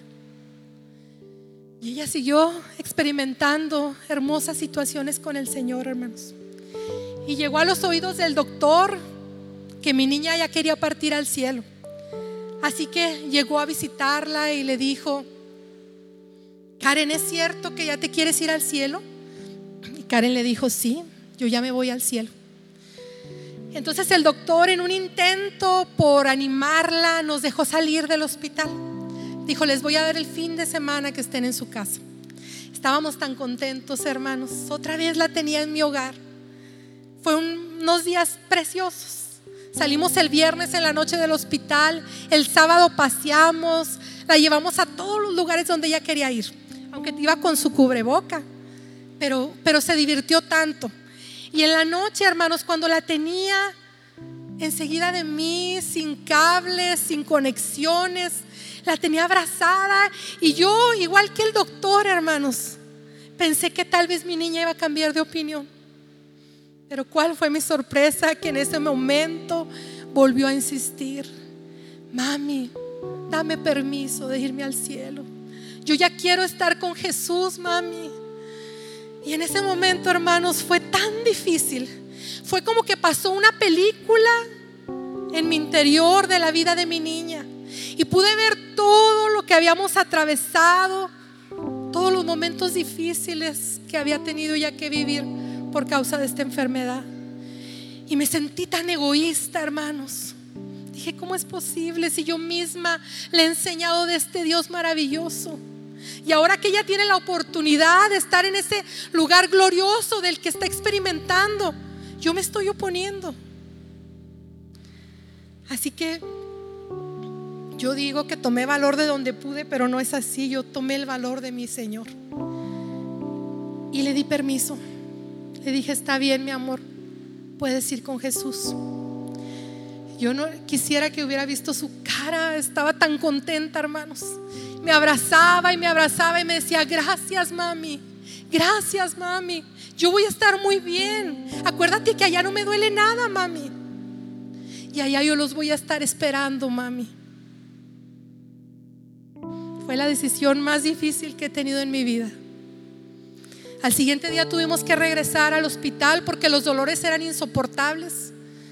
Y ella siguió experimentando hermosas situaciones con el Señor, hermanos. Y llegó a los oídos del doctor que mi niña ya quería partir al cielo. Así que llegó a visitarla y le dijo: Karen, ¿es cierto que ya te quieres ir al cielo? Y Karen le dijo: sí, yo ya me voy al cielo. Entonces el doctor, en un intento por animarla, nos dejó salir del hospital. Dijo: les voy a dar el fin de semana que estén en su casa. Estábamos tan contentos, hermanos. Otra vez la tenía en mi hogar. Fue unos días preciosos. Salimos el viernes en la noche del hospital. El sábado paseamos. La llevamos a todos los lugares donde ella quería ir, aunque iba con su cubreboca, pero se divirtió tanto. Y en la noche, hermanos, cuando la tenía enseguida de mí, sin cables, sin conexiones, la tenía abrazada. Y yo, igual que el doctor, hermanos, pensé que tal vez mi niña iba a cambiar de opinión. Pero ¿cuál fue mi sorpresa? Que en ese momento volvió a insistir: mami, dame permiso de irme al cielo. Yo ya quiero estar con Jesús, mami. Y en ese momento, hermanos, fue tan difícil. Fue como que pasó una película en mi interior de la vida de mi niña. Y pude ver todo lo que habíamos atravesado, todos los momentos difíciles que había tenido ya que vivir por causa de esta enfermedad. Y me sentí tan egoísta, hermanos. Dije, ¿cómo es posible si yo misma le he enseñado de este Dios maravilloso? Y ahora que ella tiene la oportunidad de estar en ese lugar glorioso del que está experimentando, yo me estoy oponiendo. Así que yo digo que tomé valor de donde pude, pero no es así. Yo tomé el valor de mi Señor y le di permiso. Le dije, está bien, mi amor, puedes ir con Jesús. Yo no quisiera que hubiera visto su cara. Estaba tan contenta, hermanos. Me abrazaba y me decía, gracias, mami, gracias, mami, yo voy a estar muy bien. Acuérdate que allá no me duele nada, mami, y allá yo los voy a estar esperando, mami. Fue la decisión más difícil que he tenido en mi vida. Al siguiente día tuvimos que regresar al hospital porque los dolores eran insoportables.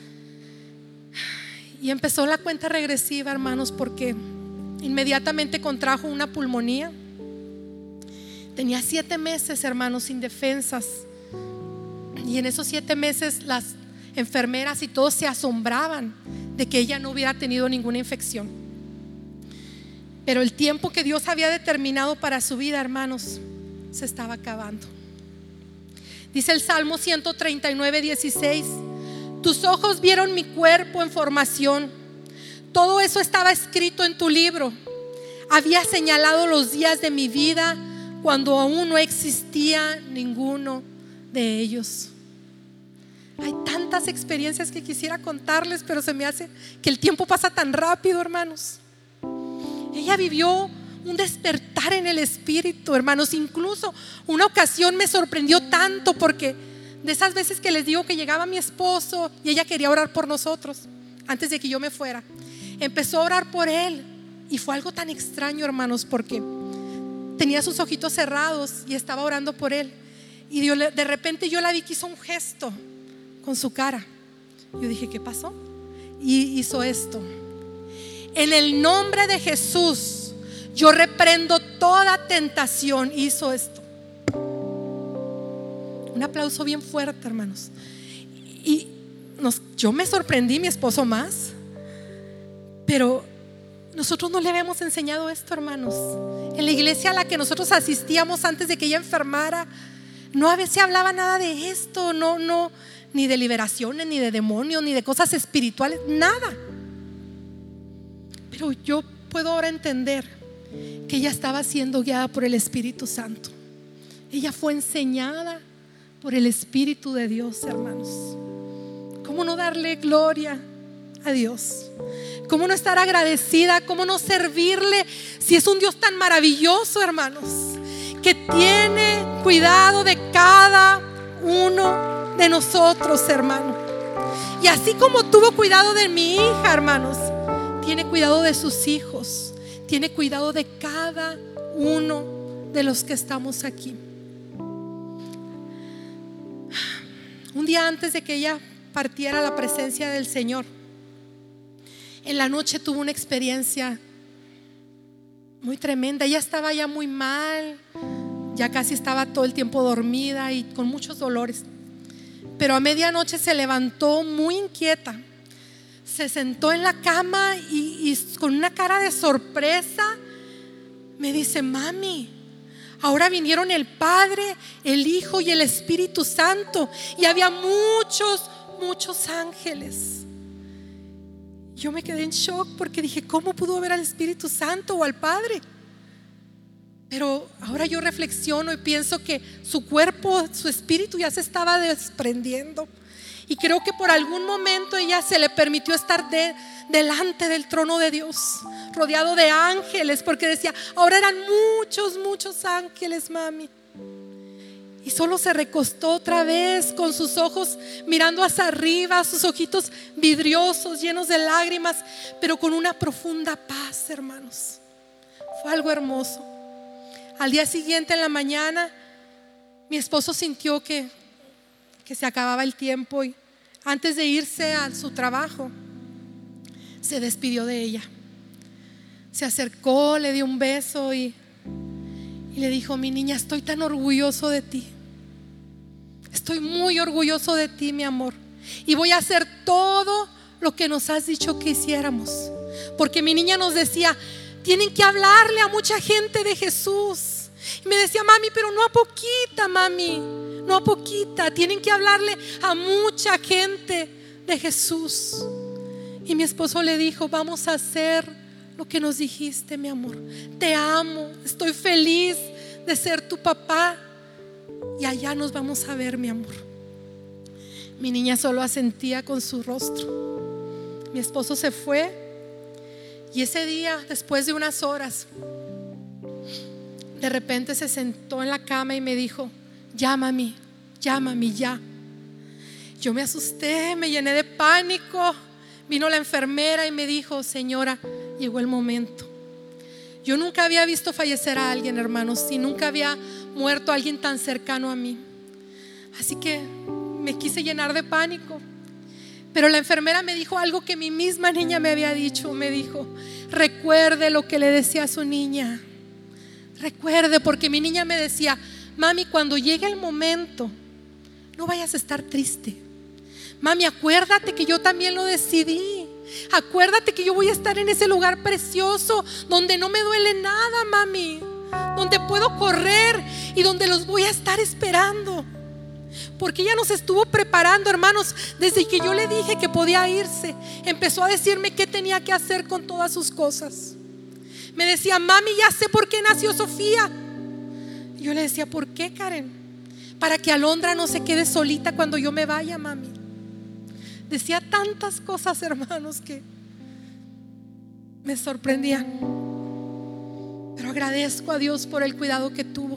Y empezó la cuenta regresiva, hermanos, porque inmediatamente contrajo una pulmonía. Tenía 7 meses, hermanos, sin defensas. Y en esos 7 meses las enfermeras y todos se asombraban de que ella no hubiera tenido ninguna infección. Pero el tiempo que Dios había determinado para su vida, hermanos, se estaba acabando. Dice el Salmo 139:16: tus ojos vieron mi cuerpo en formación. Todo eso estaba escrito en tu libro. Había señalado los días de mi vida cuando aún no existía ninguno de ellos. Hay tantas experiencias que quisiera contarles, pero se me hace que el tiempo pasa tan rápido, hermanos. Ella vivió un despertar en el espíritu, hermanos. Incluso una ocasión me sorprendió tanto, porque de esas veces que les digo que llegaba mi esposo y ella quería orar por nosotros antes de que yo me fuera, empezó a orar por él. Y fue algo tan extraño, hermanos, porque tenía sus ojitos cerrados y estaba orando por él. Y de repente yo la vi que hizo un gesto con su cara. Yo dije, ¿qué pasó? Y hizo esto: en el nombre de Jesús, yo reprendo toda tentación. Hizo esto. Un aplauso bien fuerte, hermanos. Y yo me sorprendí, mi esposo más. Pero nosotros no le habíamos enseñado esto, hermanos. En la iglesia a la que nosotros asistíamos antes de que ella enfermara, no se hablaba nada de esto. No, ni de liberaciones, ni de demonios, ni de cosas espirituales, nada. Pero yo puedo ahora entender que ella estaba siendo guiada por el Espíritu Santo. Ella fue enseñada por el Espíritu de Dios, hermanos. ¿Cómo no darle gloria a Dios? ¿Cómo no estar agradecida? ¿Cómo no servirle si es un Dios tan maravilloso, hermanos, que tiene cuidado de cada uno de nosotros, hermano? Y así como tuvo cuidado de mi hija, hermanos, tiene cuidado de sus hijos, tiene cuidado de cada uno de los que estamos aquí. Un día antes de que ella partiera a la presencia del Señor, en la noche tuvo una experiencia muy tremenda. Ella estaba ya muy mal, ya casi estaba todo el tiempo dormida y con muchos dolores. Pero a medianoche se levantó muy inquieta. Se sentó en la cama y con una cara de sorpresa me dice: mami, ahora vinieron el Padre, el Hijo y el Espíritu Santo, y había muchos ángeles. Yo me quedé en shock porque dije, ¿cómo pudo ver al Espíritu Santo o al Padre? Pero ahora yo reflexiono y pienso que su cuerpo, su espíritu ya se estaba desprendiendo. Y creo que por algún momento ella se le permitió estar delante del trono de Dios, rodeado de ángeles, porque decía, ahora eran muchos ángeles, mami. Y solo se recostó otra vez con sus ojos mirando hacia arriba, sus ojitos vidriosos, llenos de lágrimas, pero con una profunda paz, hermanos. Fue algo hermoso. Al día siguiente en la mañana, mi esposo sintió que se acababa el tiempo y antes de irse a su trabajo, se despidió de ella. Se acercó, le dio un beso y le dijo: mi niña, estoy tan orgulloso de ti. Estoy muy orgulloso de ti, mi amor. Y voy a hacer todo lo que nos has dicho que hiciéramos. Porque mi niña nos decía: tienen que hablarle a mucha gente de Jesús. Y me decía: mami, pero no a poquita, mami, no a poquita. Tienen que hablarle a mucha gente de Jesús. Y mi esposo le dijo: vamos a hacer lo que nos dijiste, mi amor. Te amo, estoy feliz de ser tu papá. Y allá nos vamos a ver, mi amor. Mi niña solo asentía con su rostro. Mi esposo se fue. Y ese día, después de unas horas, de repente se sentó en la cama y me dijo: llámame, llámame ya. Yo me asusté, me llené de pánico. Vino la enfermera y me dijo: señora, llegó el momento. Yo nunca había visto fallecer a alguien, hermanos, y nunca había muerto a alguien tan cercano a mí. Así que me quise llenar de pánico. Pero la enfermera me dijo algo que mi misma niña me había dicho. Me dijo: recuerde lo que le decía a su niña. Recuerde, porque mi niña me decía: mami, cuando llegue el momento, no vayas a estar triste. Mami, acuérdate que yo también lo decidí. Acuérdate que yo voy a estar en ese lugar precioso donde no me duele nada, mami, donde puedo correr y donde los voy a estar esperando. Porque ella nos estuvo preparando, hermanos. Desde que yo le dije que podía irse, empezó a decirme qué tenía que hacer con todas sus cosas. Me decía: mami, ya sé por qué nació Sofía. Y yo le decía: ¿por qué, Karen? Para que Alondra no se quede solita cuando yo me vaya, mami. Decía tantas cosas, hermanos, que me sorprendían. Pero agradezco a Dios por el cuidado que tuvo.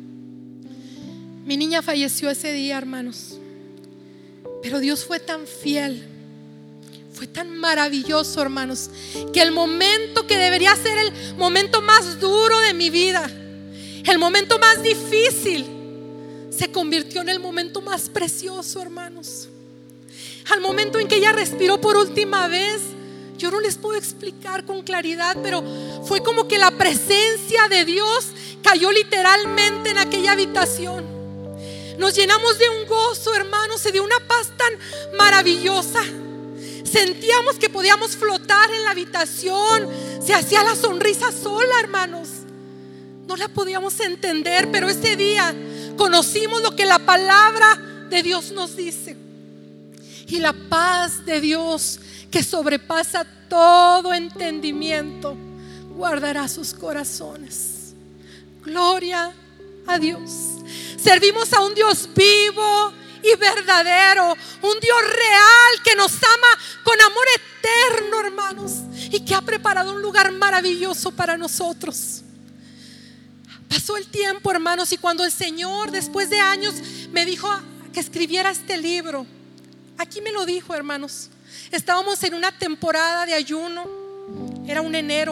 Mi niña falleció ese día, hermanos. Pero Dios fue tan fiel, fue tan maravilloso, hermanos, que el momento que debería ser el momento más duro de mi vida, el momento más difícil, se convirtió en el momento más precioso, hermanos. Al momento en que ella respiró por última vez, yo no les puedo explicar con claridad, pero fue como que la presencia de Dios cayó literalmente en aquella habitación. Nos llenamos de un gozo, hermanos, y de una paz tan maravillosa. Sentíamos que podíamos flotar en la habitación. Se hacía la sonrisa sola, hermanos. No la podíamos entender, pero ese día conocimos lo que la palabra de Dios nos dice. Y la paz de Dios, que sobrepasa todo entendimiento, guardará sus corazones. Gloria a Dios. Servimos a un Dios vivo y verdadero, un Dios real que nos ama con amor eterno, hermanos, y que ha preparado un lugar maravilloso para nosotros. Pasó el tiempo, hermanos, y cuando el Señor, después de años, me dijo que escribiera este libro, aquí me lo dijo, hermanos. Estábamos en una temporada de ayuno, era un enero,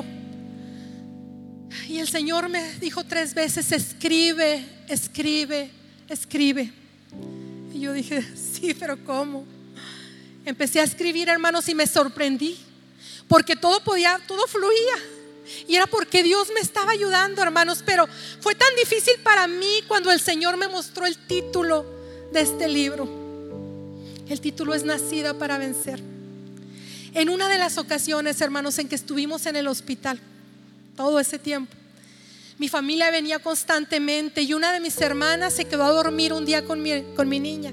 y el Señor me dijo 3 veces: escribe, escribe, escribe. Y yo dije: sí, pero ¿cómo? Empecé a escribir, hermanos, y me sorprendí, porque todo fluía. Y era porque Dios me estaba ayudando, hermanos. Pero fue tan difícil para mí cuando el Señor me mostró el título de este libro. El título es Nacida para Vencer. En una de las ocasiones, hermanos, en que estuvimos en el hospital, todo ese tiempo, mi familia venía constantemente, y una de mis hermanas se quedó a dormir un día con mi niña.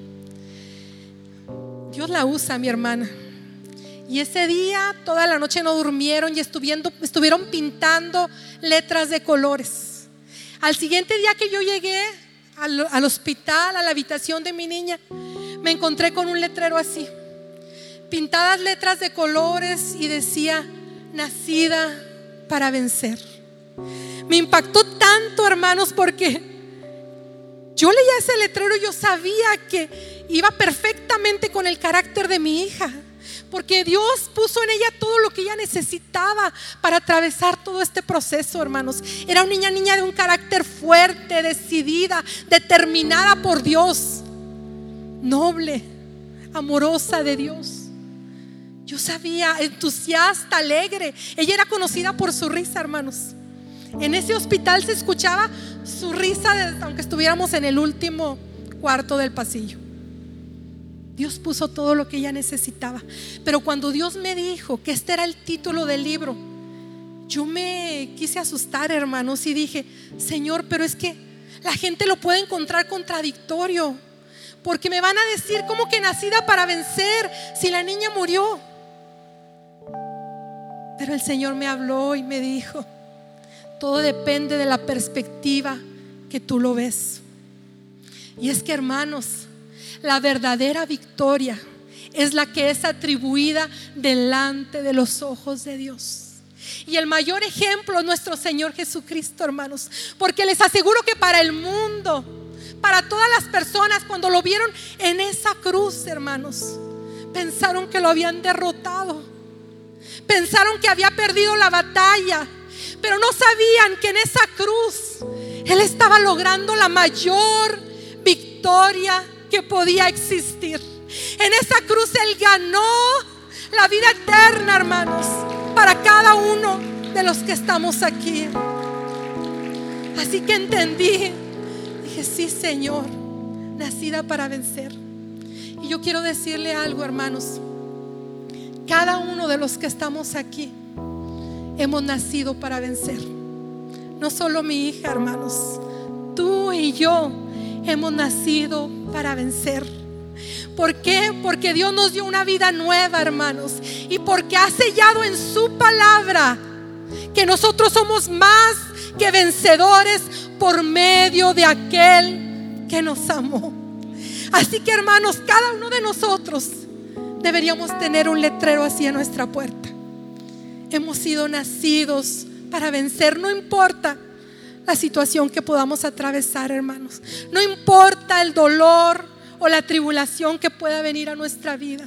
Dios la usa, mi hermana. Y ese día toda la noche no durmieron y estuvieron pintando letras de colores. Al siguiente día que yo llegué al hospital, a la habitación de mi niña, me encontré con un letrero así, pintadas letras de colores, y decía: nacida para vencer. Me impactó tanto, hermanos, porque yo leía ese letrero y yo sabía que iba perfectamente con el carácter de mi hija. porque Dios puso en ella todo lo que ella necesitaba para atravesar todo este proceso, hermanos. Era una niña de un carácter fuerte, decidida, determinada por Dios, noble, amorosa de Dios. Yo sabía, entusiasta, alegre. Ella era conocida por su risa, hermanos. En ese hospital se escuchaba su risa aunque estuviéramos en el último cuarto del pasillo. Dios puso todo lo que ella necesitaba. Pero cuando Dios me dijo que este era el título del libro, yo me quise asustar, hermanos, y dije: Señor, pero es que la gente lo puede encontrar contradictorio, porque me van a decir como que nacida para vencer si la niña murió. Pero el Señor me habló y me dijo: todo depende de la perspectiva que tú lo ves. Y es que, hermanos, la verdadera victoria es la que es atribuida delante de los ojos de Dios. Y el mayor ejemplo es nuestro Señor Jesucristo, hermanos, porque les aseguro que para el mundo, para todas las personas, cuando lo vieron en esa cruz, hermanos, pensaron que lo habían derrotado, pensaron que había perdido la batalla, pero no sabían que en esa cruz Él estaba logrando la mayor victoria que podía existir. En esa cruz Él ganó la vida eterna, hermanos, para cada uno de los que estamos aquí. Así que entendí, dije: sí, Señor, nacida para vencer. Y yo quiero decirle algo, hermanos: cada uno de los que estamos aquí hemos nacido para vencer. No solo mi hija, hermanos, tú y yo hemos nacido para vencer. ¿Por qué? Porque Dios nos dio una vida nueva, hermanos, y porque ha sellado en su palabra que nosotros somos más que vencedores por medio de aquel que nos amó. Así que, hermanos, cada uno de nosotros deberíamos tener un letrero así en nuestra puerta: hemos sido nacidos para vencer. No importa la situación que podamos atravesar, hermanos, no importa el dolor o la tribulación que pueda venir a nuestra vida.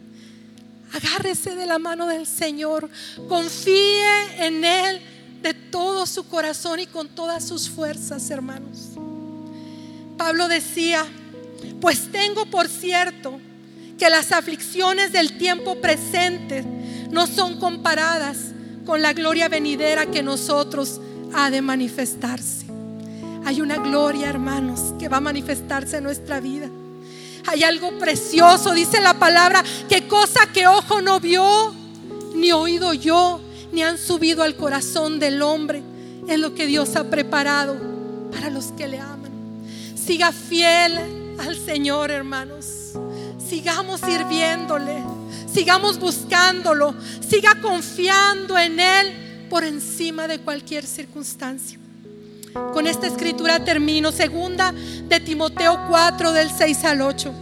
Agárrese de la mano del Señor, confíe en Él de todo su corazón y con todas sus fuerzas, hermanos. Pablo decía: pues tengo por cierto que las aflicciones del tiempo presente no son comparadas con la gloria venidera que nosotros ha de manifestarse. Hay una gloria, hermanos, que va a manifestarse en nuestra vida. Hay algo precioso, dice la palabra, que cosa que ojo no vio, ni oído yo, ni han subido al corazón del hombre, es lo que Dios ha preparado para los que le aman. Siga fiel al Señor, hermanos. Sigamos sirviéndole, sigamos buscándolo, siga confiando en Él por encima de cualquier circunstancia. Con esta escritura termino, 2 de Timoteo 4 del 6 al 8.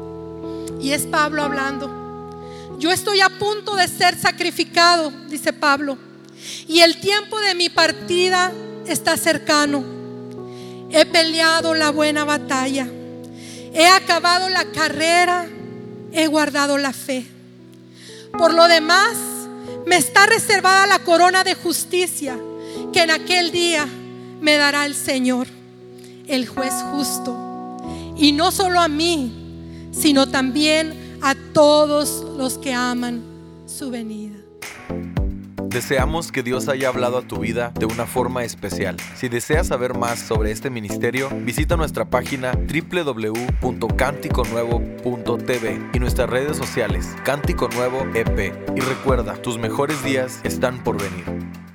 Y es Pablo hablando. Yo estoy a punto de ser sacrificado, dice Pablo, y el tiempo de mi partida está cercano. He peleado la buena batalla, he acabado la carrera, he guardado la fe. Por lo demás, me está reservada la corona de justicia que en aquel día me dará el Señor, el juez justo, y no solo a mí, sino también a todos los que aman su venida. Deseamos que Dios haya hablado a tu vida de una forma especial. Si deseas saber más sobre este ministerio, visita nuestra página www.canticonuevo.tv y nuestras redes sociales Cántico Nuevo EP. Y recuerda, tus mejores días están por venir.